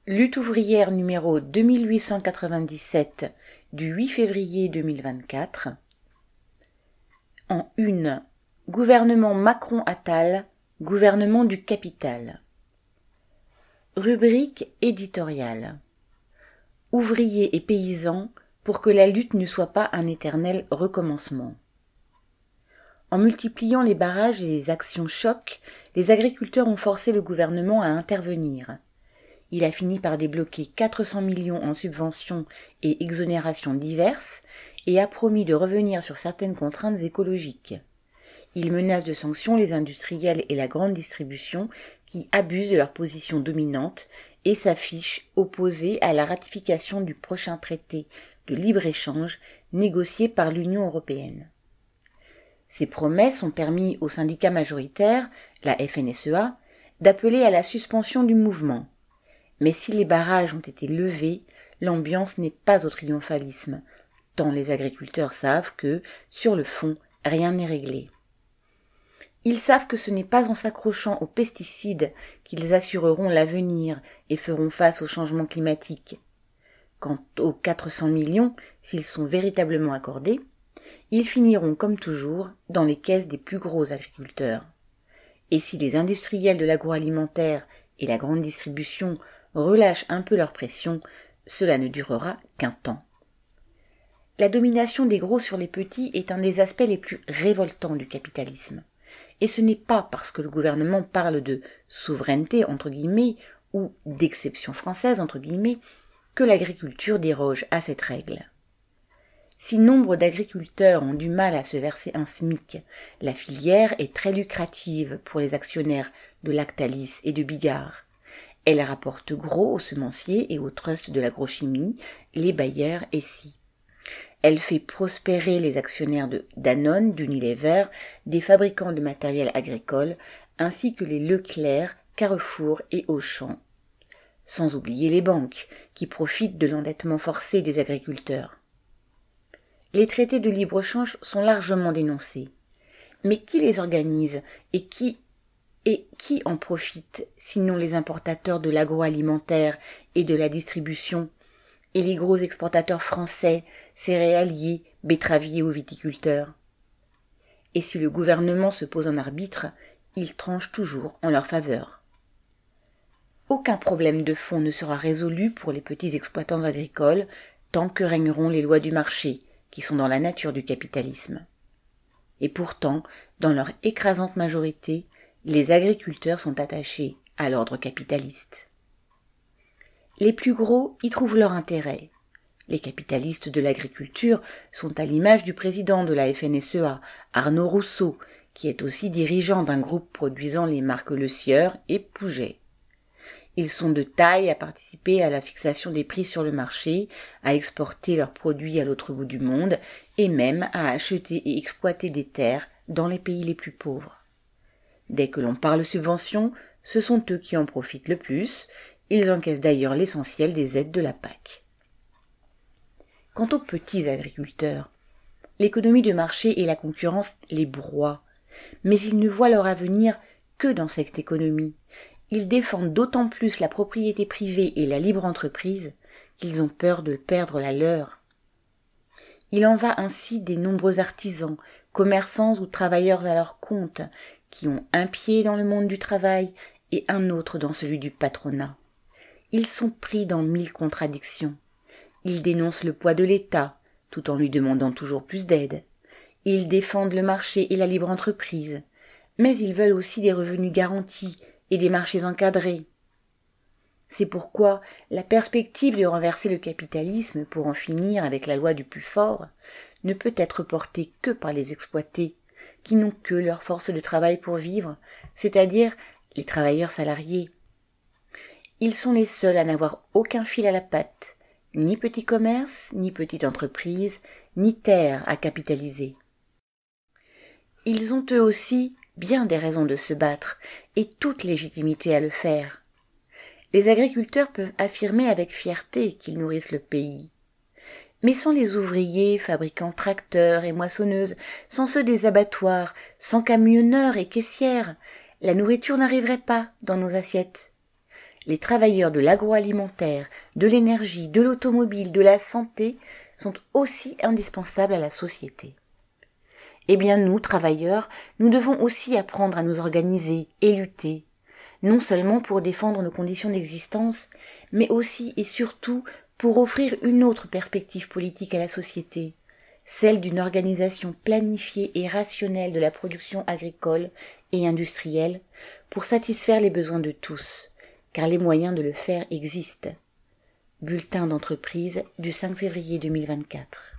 Lutte ouvrière numéro 2897 du 8 février 2024. En une, gouvernement Macron-Attal, gouvernement du capital. Rubrique éditoriale. Ouvriers et paysans pour que la lutte ne soit pas un éternel recommencement. En multipliant les barrages et les actions chocs, les agriculteurs ont forcé le gouvernement à intervenir. Il a fini par débloquer 400 millions en subventions et exonérations diverses et a promis de revenir sur certaines contraintes écologiques. Il menace de sanctions les industriels et la grande distribution qui abusent de leur position dominante et s'affichent opposés à la ratification du prochain traité de libre-échange négocié par l'Union européenne. Ces promesses ont permis aux syndicats majoritaires, la FNSEA, d'appeler à la suspension du mouvement. Mais si les barrages ont été levés, l'ambiance n'est pas au triomphalisme, tant les agriculteurs savent que, sur le fond, rien n'est réglé. Ils savent que ce n'est pas en s'accrochant aux pesticides qu'ils assureront l'avenir et feront face au changement climatique. Quant aux 400 millions, s'ils sont véritablement accordés, ils finiront comme toujours dans les caisses des plus gros agriculteurs. Et si les industriels de l'agroalimentaire et la grande distribution relâchent un peu leur pression, cela ne durera qu'un temps. La domination des gros sur les petits est un des aspects les plus révoltants du capitalisme. Et ce n'est pas parce que le gouvernement parle de souveraineté entre guillemets ou d'exception française entre guillemets que l'agriculture déroge à cette règle. Si nombre d'agriculteurs ont du mal à se verser un SMIC, la filière est très lucrative pour les actionnaires de Lactalis et de Bigard. Elle rapporte gros aux semenciers et aux trusts de l'agrochimie, les Bayer et SCI. Elle fait prospérer les actionnaires de Danone, d'Unilever, des fabricants de matériel agricole, ainsi que les Leclerc, Carrefour et Auchan. Sans oublier les banques, qui profitent de l'endettement forcé des agriculteurs. Les traités de libre-échange sont largement dénoncés. Mais qui les organise et qui en profite, sinon les importateurs de l'agroalimentaire et de la distribution, et les gros exportateurs français, céréaliers, betteraviers ou viticulteurs? Et si le gouvernement se pose en arbitre, il tranche toujours en leur faveur. Aucun problème de fond ne sera résolu pour les petits exploitants agricoles tant que régneront les lois du marché, qui sont dans la nature du capitalisme. Et pourtant, dans leur écrasante majorité, les agriculteurs sont attachés à l'ordre capitaliste. Les plus gros y trouvent leur intérêt. Les capitalistes de l'agriculture sont à l'image du président de la FNSEA, Arnaud Rousseau, qui est aussi dirigeant d'un groupe produisant les marques Le Sieur et Pouget. Ils sont de taille à participer à la fixation des prix sur le marché, à exporter leurs produits à l'autre bout du monde et même à acheter et exploiter des terres dans les pays les plus pauvres. Dès que l'on parle subventions, ce sont eux qui en profitent le plus. Ils encaissent d'ailleurs l'essentiel des aides de la PAC. Quant aux petits agriculteurs, l'économie de marché et la concurrence les broient, mais ils ne voient leur avenir que dans cette économie. Ils défendent d'autant plus la propriété privée et la libre entreprise qu'ils ont peur de perdre la leur. Il en va ainsi des nombreux artisans, commerçants ou travailleurs à leur compte, qui ont un pied dans le monde du travail et un autre dans celui du patronat. Ils sont pris dans 1000 contradictions. Ils dénoncent le poids de l'État, tout en lui demandant toujours plus d'aide. Ils défendent le marché et la libre entreprise, mais ils veulent aussi des revenus garantis et des marchés encadrés. C'est pourquoi la perspective de renverser le capitalisme pour en finir avec la loi du plus fort ne peut être portée que par les exploités, qui n'ont que leur force de travail pour vivre, c'est-à-dire les travailleurs salariés. Ils sont les seuls à n'avoir aucun fil à la patte, ni petit commerce, ni petite entreprise, ni terre à capitaliser. Ils ont eux aussi bien des raisons de se battre et toute légitimité à le faire. Les agriculteurs peuvent affirmer avec fierté qu'ils nourrissent le pays. Mais sans les ouvriers, fabricants tracteurs et moissonneuses, sans ceux des abattoirs, sans camionneurs et caissières, la nourriture n'arriverait pas dans nos assiettes. les travailleurs de l'agroalimentaire, de l'énergie, de l'automobile, de la santé sont aussi indispensables à la société. Eh bien nous, travailleurs, nous devons aussi apprendre à nous organiser et lutter, non seulement pour défendre nos conditions d'existence, mais aussi et surtout pour offrir une autre perspective politique à la société, celle d'une organisation planifiée et rationnelle de la production agricole et industrielle pour satisfaire les besoins de tous, car les moyens de le faire existent. Bulletin d'entreprise du 5 février 2024.